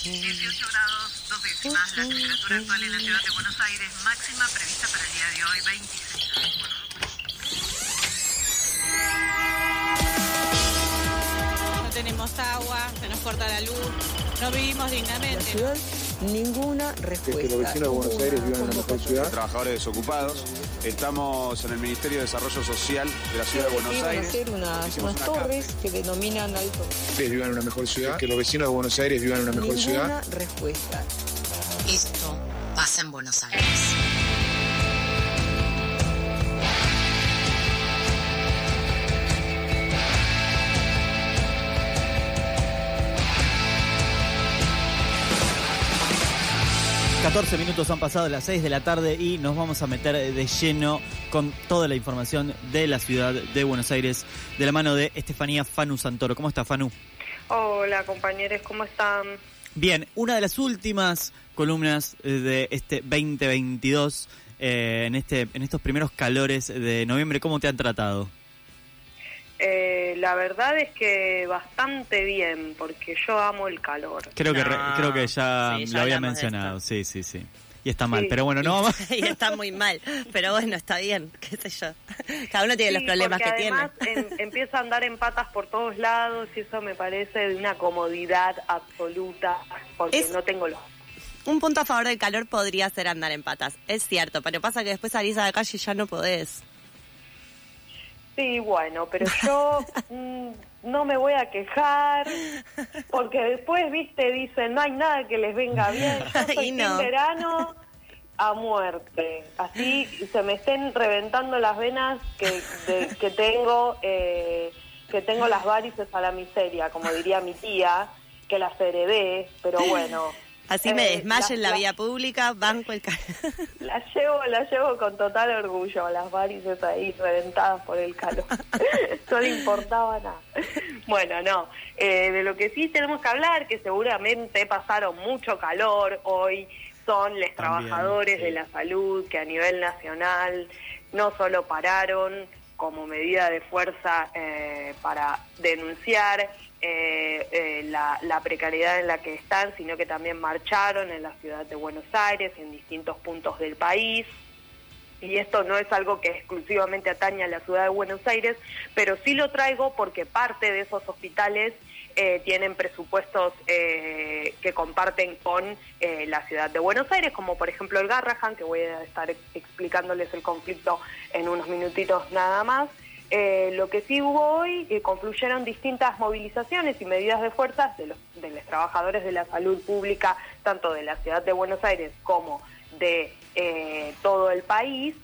18 grados, 2 décimas, la temperatura actual en la ciudad de Buenos Aires, máxima prevista para el día de hoy, 26 grados. No tenemos agua, se nos corta la luz, no vivimos dignamente. La ciudad, ninguna respuesta. Que los vecinos de Buenos Aires vivan en una mejor ciudad. Trabajadores desocupados. Estamos en el Ministerio de Desarrollo Social de la ciudad de Buenos Aires. Hacer unas torres que denominan alto. Que vivan en una mejor ciudad. Que los vecinos de Buenos Aires vivan en una mejor ciudad. Ninguna respuesta. Esto pasa en Buenos Aires. ...14 minutos han pasado las 6 de la tarde... ...y nos vamos a meter de lleno... ...con toda la información de la ciudad de Buenos Aires... ...de la mano de Estefanía Fanu Santoro. ¿Cómo está, Fanu? Hola, compañeros, ¿cómo están? Bien, una de las últimas columnas de este 2022... en estos primeros calores de noviembre, ¿cómo te han tratado? La verdad es que bastante bien, porque yo amo el calor. Creo que ya lo había mencionado, sí. Y está mal, pero bueno, no vamos. Y está muy mal, pero bueno, está bien, qué sé yo. Cada uno tiene los problemas que tiene. Además empieza a andar en patas por todos lados y eso me parece de una comodidad absoluta, porque no tengo los... Un punto a favor del calor podría ser andar en patas, es cierto, pero pasa que después salís a la calle y ya no podés. Sí, bueno, pero yo no me voy a quejar, porque después, viste, dicen, no hay nada que les venga bien, yo soy en verano a muerte, así se me estén reventando las venas que tengo las varices a la miseria, como diría mi tía, que las heredé, pero bueno... Así me desmayo en la vía pública, banco el calor. La llevo con total orgullo, las varices ahí reventadas por el calor. No le importaba nada. Bueno, no. De lo que sí tenemos que hablar, que seguramente pasaron mucho calor hoy, son los trabajadores de la salud que a nivel nacional no solo pararon como medida de fuerza para denunciar la precariedad en la que están, sino que también marcharon en la ciudad de Buenos Aires, en distintos puntos del país. Y esto no es algo que exclusivamente atañe a la ciudad de Buenos Aires, pero sí lo traigo porque parte de esos hospitales tienen presupuestos que comparten con la ciudad de Buenos Aires, como por ejemplo el Garrahan, que voy a estar explicándoles el conflicto en unos minutitos nada más. Lo que sí hubo hoy, confluyeron distintas movilizaciones y medidas de fuerza de los trabajadores de la salud pública, tanto de la ciudad de Buenos Aires como de todo el país,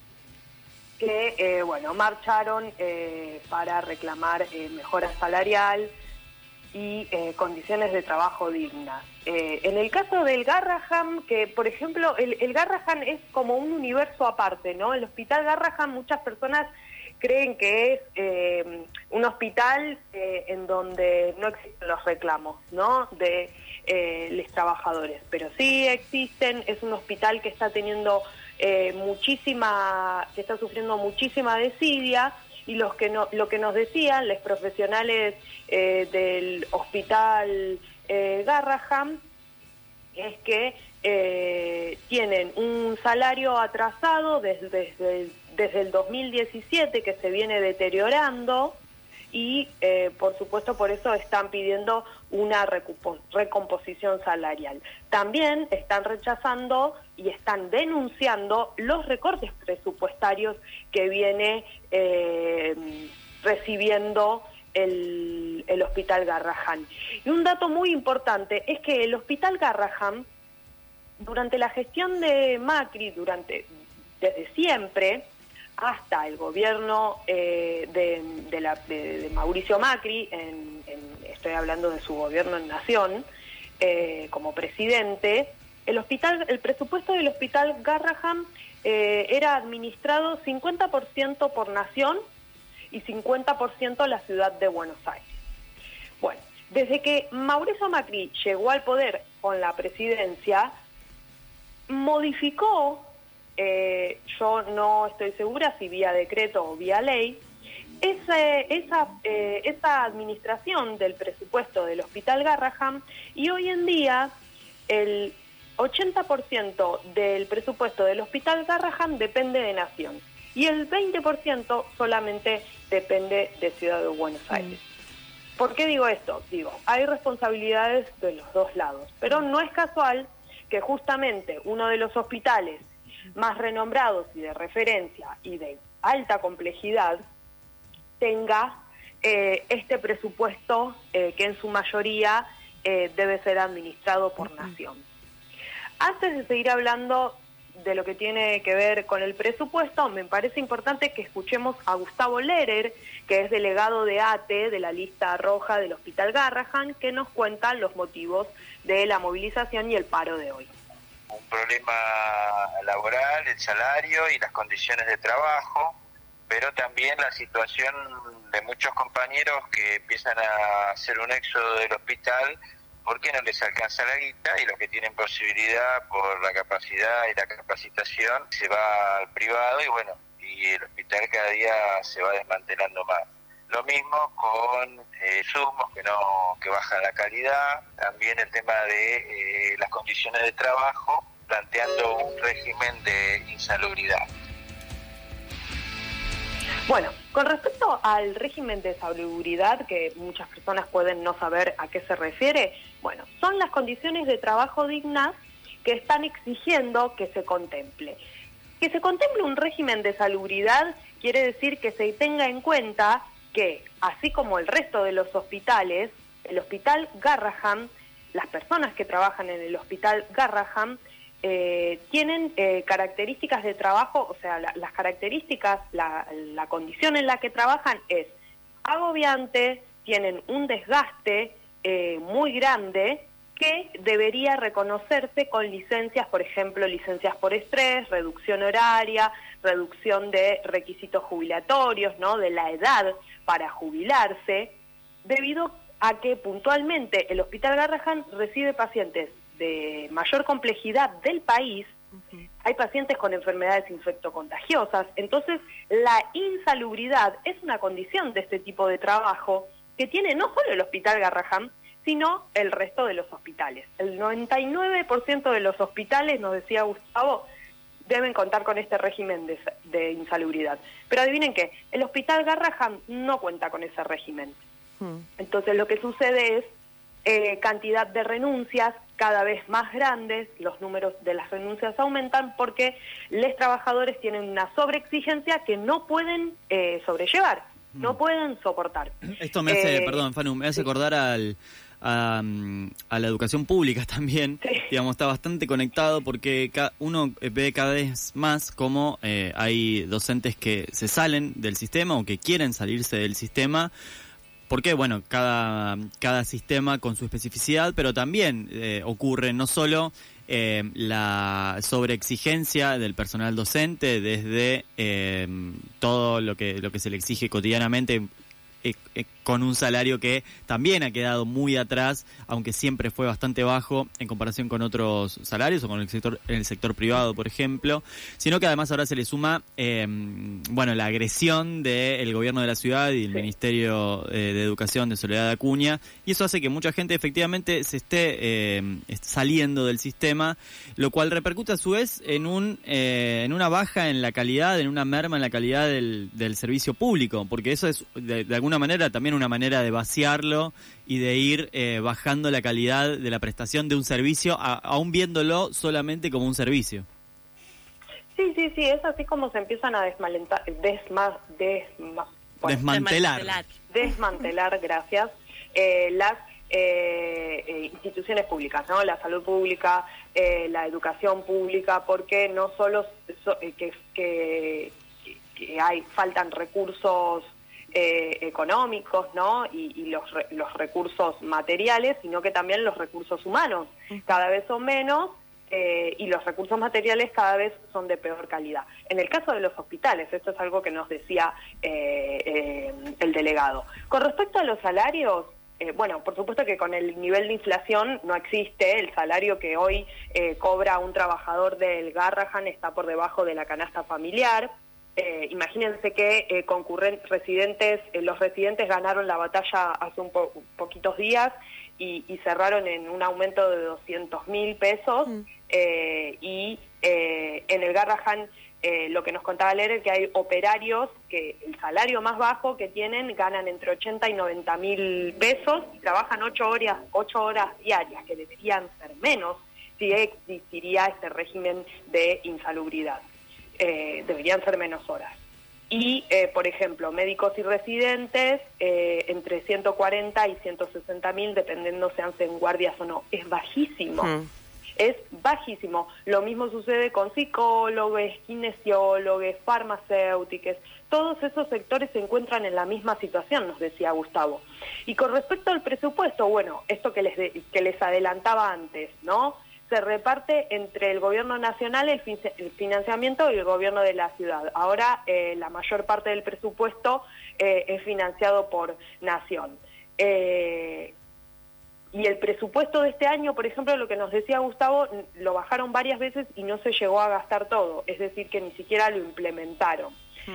que marcharon para reclamar mejora salarial y condiciones de trabajo dignas. En el caso del Garrahan, que por ejemplo el Garrahan es como un universo aparte, ¿no? El hospital Garrahan, muchas personas creen que es un hospital en donde no existen los reclamos, ¿no?, de los trabajadores, pero sí existen. Es un hospital que está teniendo que está sufriendo muchísima desidia, y lo que nos decían los profesionales del hospital Garrahan es que tienen un salario atrasado desde el 2017 que se viene deteriorando, y por supuesto por eso están pidiendo una recomposición salarial. También están rechazando y están denunciando los recortes presupuestarios que viene recibiendo el Hospital Garrahan. Y un dato muy importante es que el Hospital Garrahan, durante la gestión de Macri, desde siempre, hasta el gobierno de Mauricio Macri, estoy hablando de su gobierno en Nación, como presidente, el presupuesto del Hospital Garrahan era administrado 50% por Nación y 50% la ciudad de Buenos Aires. Bueno, desde que Mauricio Macri llegó al poder con la presidencia, modificó, yo no estoy segura si vía decreto o vía ley, esa administración del presupuesto del Hospital Garrahan, y hoy en día el 80% del presupuesto del Hospital Garrahan depende de Nación y el 20% solamente depende de Ciudad de Buenos Aires. ¿Por qué digo esto? Digo, hay responsabilidades de los dos lados, pero no es casual que justamente uno de los hospitales más renombrados y de referencia y de alta complejidad tenga este presupuesto que en su mayoría debe ser administrado por Nación. Antes de seguir hablando de lo que tiene que ver con el presupuesto, me parece importante que escuchemos a Gustavo Lehrer, que es delegado de ATE, de la lista roja del Hospital Garrahan, que nos cuenta los motivos de la movilización y el paro de hoy. Un problema laboral, el salario y las condiciones de trabajo, pero también la situación de muchos compañeros que empiezan a hacer un éxodo del hospital porque no les alcanza la guita y los que tienen posibilidad por la capacidad y la capacitación se va al privado y el hospital cada día se va desmantelando más. Lo mismo con insumos que bajan la calidad, también el tema de las condiciones de trabajo, planteando un régimen de insalubridad. Bueno, con respecto al régimen de salubridad, que muchas personas pueden no saber a qué se refiere, bueno, son las condiciones de trabajo dignas que están exigiendo que se contemple. Que se contemple un régimen de salubridad quiere decir que se tenga en cuenta que, así como el resto de los hospitales, el Hospital Garrahan, las personas que trabajan en el Hospital Garrahan, tienen características de trabajo, o sea, las características, la condición en la que trabajan es agobiante, tienen un desgaste muy grande que debería reconocerse con licencias, por ejemplo, licencias por estrés, reducción horaria, reducción de requisitos jubilatorios, ¿no?, de la edad para jubilarse, debido a que puntualmente el Hospital Garrahan recibe pacientes de mayor complejidad del país. Hay pacientes con enfermedades infectocontagiosas, entonces la insalubridad es una condición de este tipo de trabajo que tiene no solo el Hospital Garrahan, sino el resto de los hospitales. El 99% de los hospitales, nos decía Gustavo, deben contar con este régimen de insalubridad. Pero adivinen qué, el Hospital Garrahan no cuenta con ese régimen. Entonces lo que sucede es cantidad de renuncias cada vez más grandes, los números de las renuncias aumentan porque los trabajadores tienen una sobreexigencia que no pueden sobrellevar, no pueden soportar. Esto me hace, perdón, Fanu, me hace acordar a la educación pública también. Sí. Digamos, está bastante conectado porque uno ve cada vez más cómo hay docentes que se salen del sistema o que quieren salirse del sistema. Porque, bueno, cada sistema con su especificidad, pero también ocurre no solo la sobreexigencia del personal docente desde todo lo que se le exige cotidianamente con un salario que también ha quedado muy atrás, aunque siempre fue bastante bajo en comparación con otros salarios o con el sector privado, por ejemplo, sino que además ahora se le suma la agresión del gobierno de la ciudad y el Ministerio de Educación de Soledad Acuña, y eso hace que mucha gente efectivamente se esté saliendo del sistema, lo cual repercute a su vez en una baja en la calidad, en una merma en la calidad del servicio público, porque eso es de alguna manera también una manera de vaciarlo y de ir bajando la calidad de la prestación de un servicio, aún viéndolo solamente como un servicio. Sí, es así como se empiezan a desmantelar, gracias, las instituciones públicas, ¿no? La salud pública, la educación pública, porque no solo que faltan recursos económicos, ¿no? y los recursos materiales, sino que también los recursos humanos cada vez son menos y los recursos materiales cada vez son de peor calidad. En el caso de los hospitales, esto es algo que nos decía el delegado. Con respecto a los salarios, por supuesto que con el nivel de inflación no existe. El salario que hoy cobra un trabajador del Garrahan está por debajo de la canasta familiar. Imagínense que los residentes ganaron la batalla hace poquitos días y cerraron en un aumento de 200.000 pesos, y en el Garrahan lo que nos contaba Lere es que hay operarios que el salario más bajo que tienen ganan entre 80 y 90.000 pesos y trabajan 8 horas diarias, que deberían ser menos si existiría este régimen de insalubridad. Deberían ser menos horas. Y, por ejemplo, médicos y residentes, entre 140 y 160.000, dependiendo si hacen guardias o no. Es bajísimo. Es bajísimo. Lo mismo sucede con psicólogos, kinesiólogos, farmacéuticos. Todos esos sectores se encuentran en la misma situación, nos decía Gustavo. Y con respecto al presupuesto, bueno, esto que les adelantaba antes, ¿no? Se reparte entre el gobierno nacional el financiamiento y el gobierno de la ciudad. Ahora la mayor parte del presupuesto es financiado por Nación. Y el presupuesto de este año, por ejemplo, lo que nos decía Gustavo, lo bajaron varias veces y no se llegó a gastar todo, es decir, que ni siquiera lo implementaron.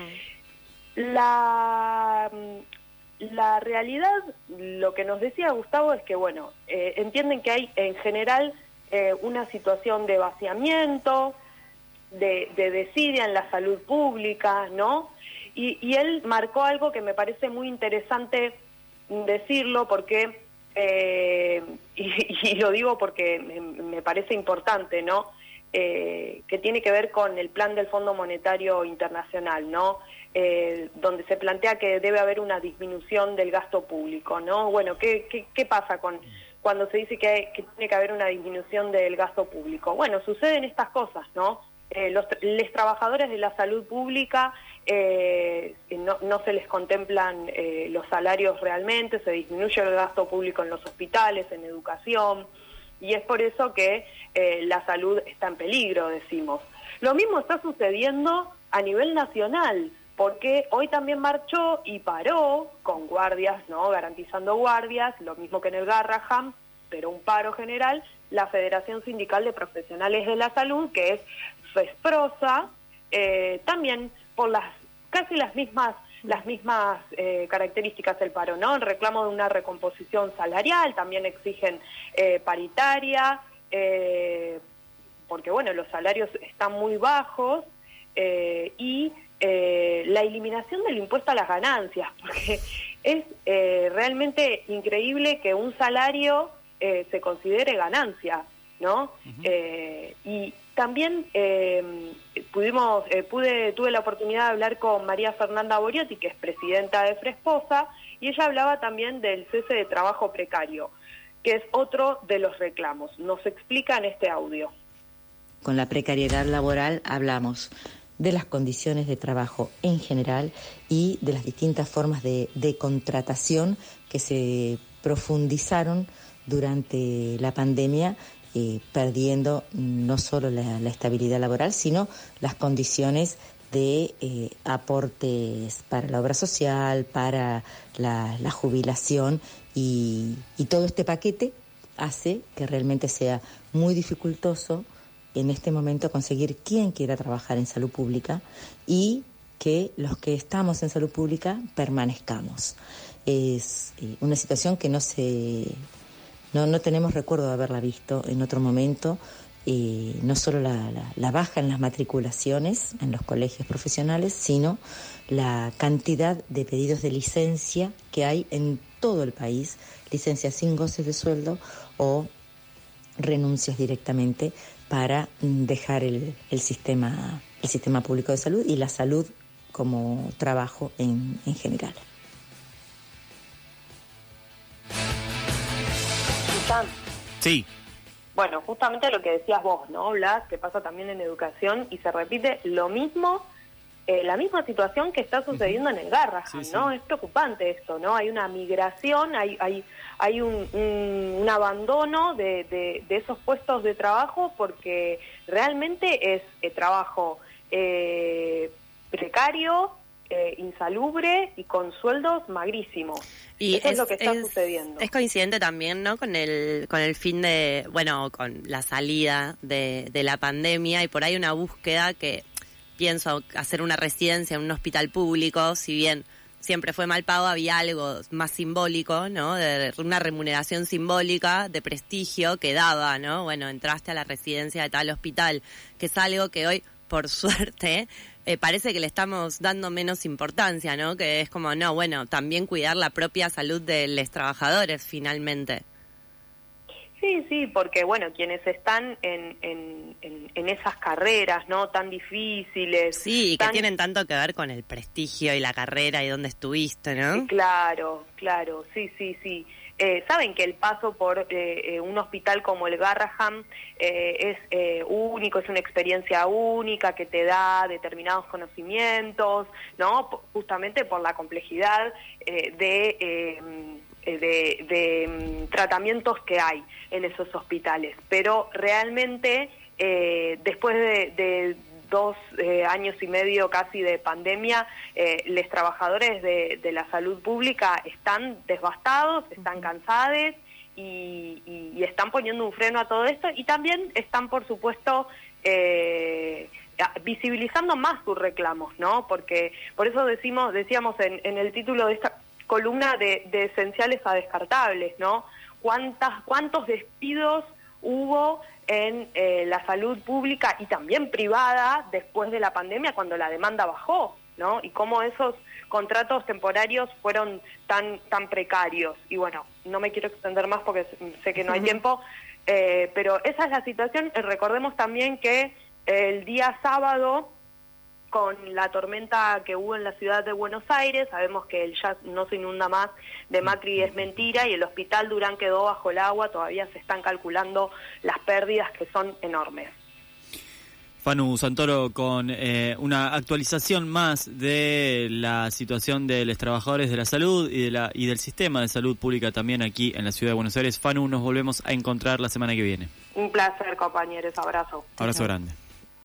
La realidad, lo que nos decía Gustavo es que, bueno, entienden que hay en general una situación de vaciamiento, de desidia en la salud pública, ¿no? Y él marcó algo que me parece muy interesante decirlo porque... y lo digo porque me parece importante, ¿no? Que tiene que ver con el plan del Fondo Monetario Internacional, ¿no? Donde se plantea que debe haber una disminución del gasto público, ¿no? Bueno, ¿qué pasa cuando se dice que tiene que haber una disminución del gasto público? Bueno, suceden estas cosas, ¿no? Los trabajadores de la salud pública no se les contemplan los salarios realmente, se disminuye el gasto público en los hospitales, en educación, y es por eso que la salud está en peligro, decimos. Lo mismo está sucediendo a nivel nacional, porque hoy también marchó y paró con guardias, ¿no? Garantizando guardias, lo mismo que en el Garrahan, pero un paro general, la Federación Sindical de Profesionales de la Salud, que es FESPROSA, también por casi las mismas características del paro, ¿no? El reclamo de una recomposición salarial, también exigen paritaria, porque bueno, los salarios están muy bajos, y la eliminación del impuesto a las ganancias, porque es realmente increíble que un salario se considere ganancia, ¿no? Y también tuve la oportunidad de hablar con María Fernanda Boriotti, que es presidenta de Fresposa, y ella hablaba también del cese de trabajo precario, que es otro de los reclamos. Nos explica en este audio. Con la precariedad laboral hablamos de las condiciones de trabajo en general y de las distintas formas de contratación que se profundizaron durante la pandemia, perdiendo no solo la estabilidad laboral, sino las condiciones de aportes para la obra social, para la jubilación, y todo este paquete hace que realmente sea muy dificultoso en este momento conseguir quien quiera trabajar en salud pública y que los que estamos en salud pública permanezcamos. Es una situación que no tenemos recuerdo de haberla visto en otro momento, no solo la baja en las matriculaciones en los colegios profesionales, sino la cantidad de pedidos de licencia que hay en todo el país, licencias sin goces de sueldo o renuncias directamente para dejar el sistema público de salud y la salud como trabajo en general. Sí. Bueno, justamente lo que decías vos, ¿no, Blas? Que pasa también en educación y se repite lo mismo, la misma situación que está sucediendo en el Garrahan, sí, ¿no? Sí. Es preocupante esto, ¿no? Hay una migración, hay un abandono de esos puestos de trabajo porque realmente es trabajo precario, insalubre y con sueldos magrísimos. Y eso es lo que está sucediendo. Es coincidente también, ¿no? Con el fin de, bueno, con la salida de la pandemia, y por ahí una búsqueda que pienso hacer una residencia en un hospital público, si bien siempre fue mal pago, había algo más simbólico, ¿no? De una remuneración simbólica, de prestigio que daba, ¿no? Bueno, entraste a la residencia de tal hospital, que es algo que hoy, por suerte, parece que le estamos dando menos importancia, ¿no? Que es como, no, bueno, también cuidar la propia salud de los trabajadores, finalmente. Sí, porque bueno, quienes están en esas carreras, ¿no? Tan difíciles. Sí, y que tienen tanto que ver con el prestigio y la carrera y dónde estuviste, ¿no? Claro, sí. Saben que el paso por un hospital como el Garrahan es único, es una experiencia única que te da determinados conocimientos, ¿no? Justamente por la complejidad de tratamientos que hay en esos hospitales, pero realmente después de 2 años y medio casi de pandemia, los trabajadores de la salud pública están devastados, están cansados y están poniendo un freno a todo esto, y también están, por supuesto, visibilizando más sus reclamos, ¿no? Porque por eso decíamos en el título de esta columna de esenciales a descartables, ¿no? ¿Cuántos despidos hubo en la salud pública y también privada después de la pandemia, cuando la demanda bajó, ¿no? Y cómo esos contratos temporarios fueron tan precarios. Y bueno, no me quiero extender más porque sé que no hay tiempo, pero esa es la situación. Recordemos también que el día sábado, con la tormenta que hubo en la ciudad de Buenos Aires, sabemos que el ya no se inunda más de Macri, es mentira, y el hospital Durán quedó bajo el agua. Todavía se están calculando las pérdidas, que son enormes. Fanu Santoro, con una actualización más de la situación de los trabajadores de la salud y del sistema de salud pública también aquí en la ciudad de Buenos Aires. Fanu, nos volvemos a encontrar la semana que viene. Un placer, compañeros. Abrazo. Abrazo grande.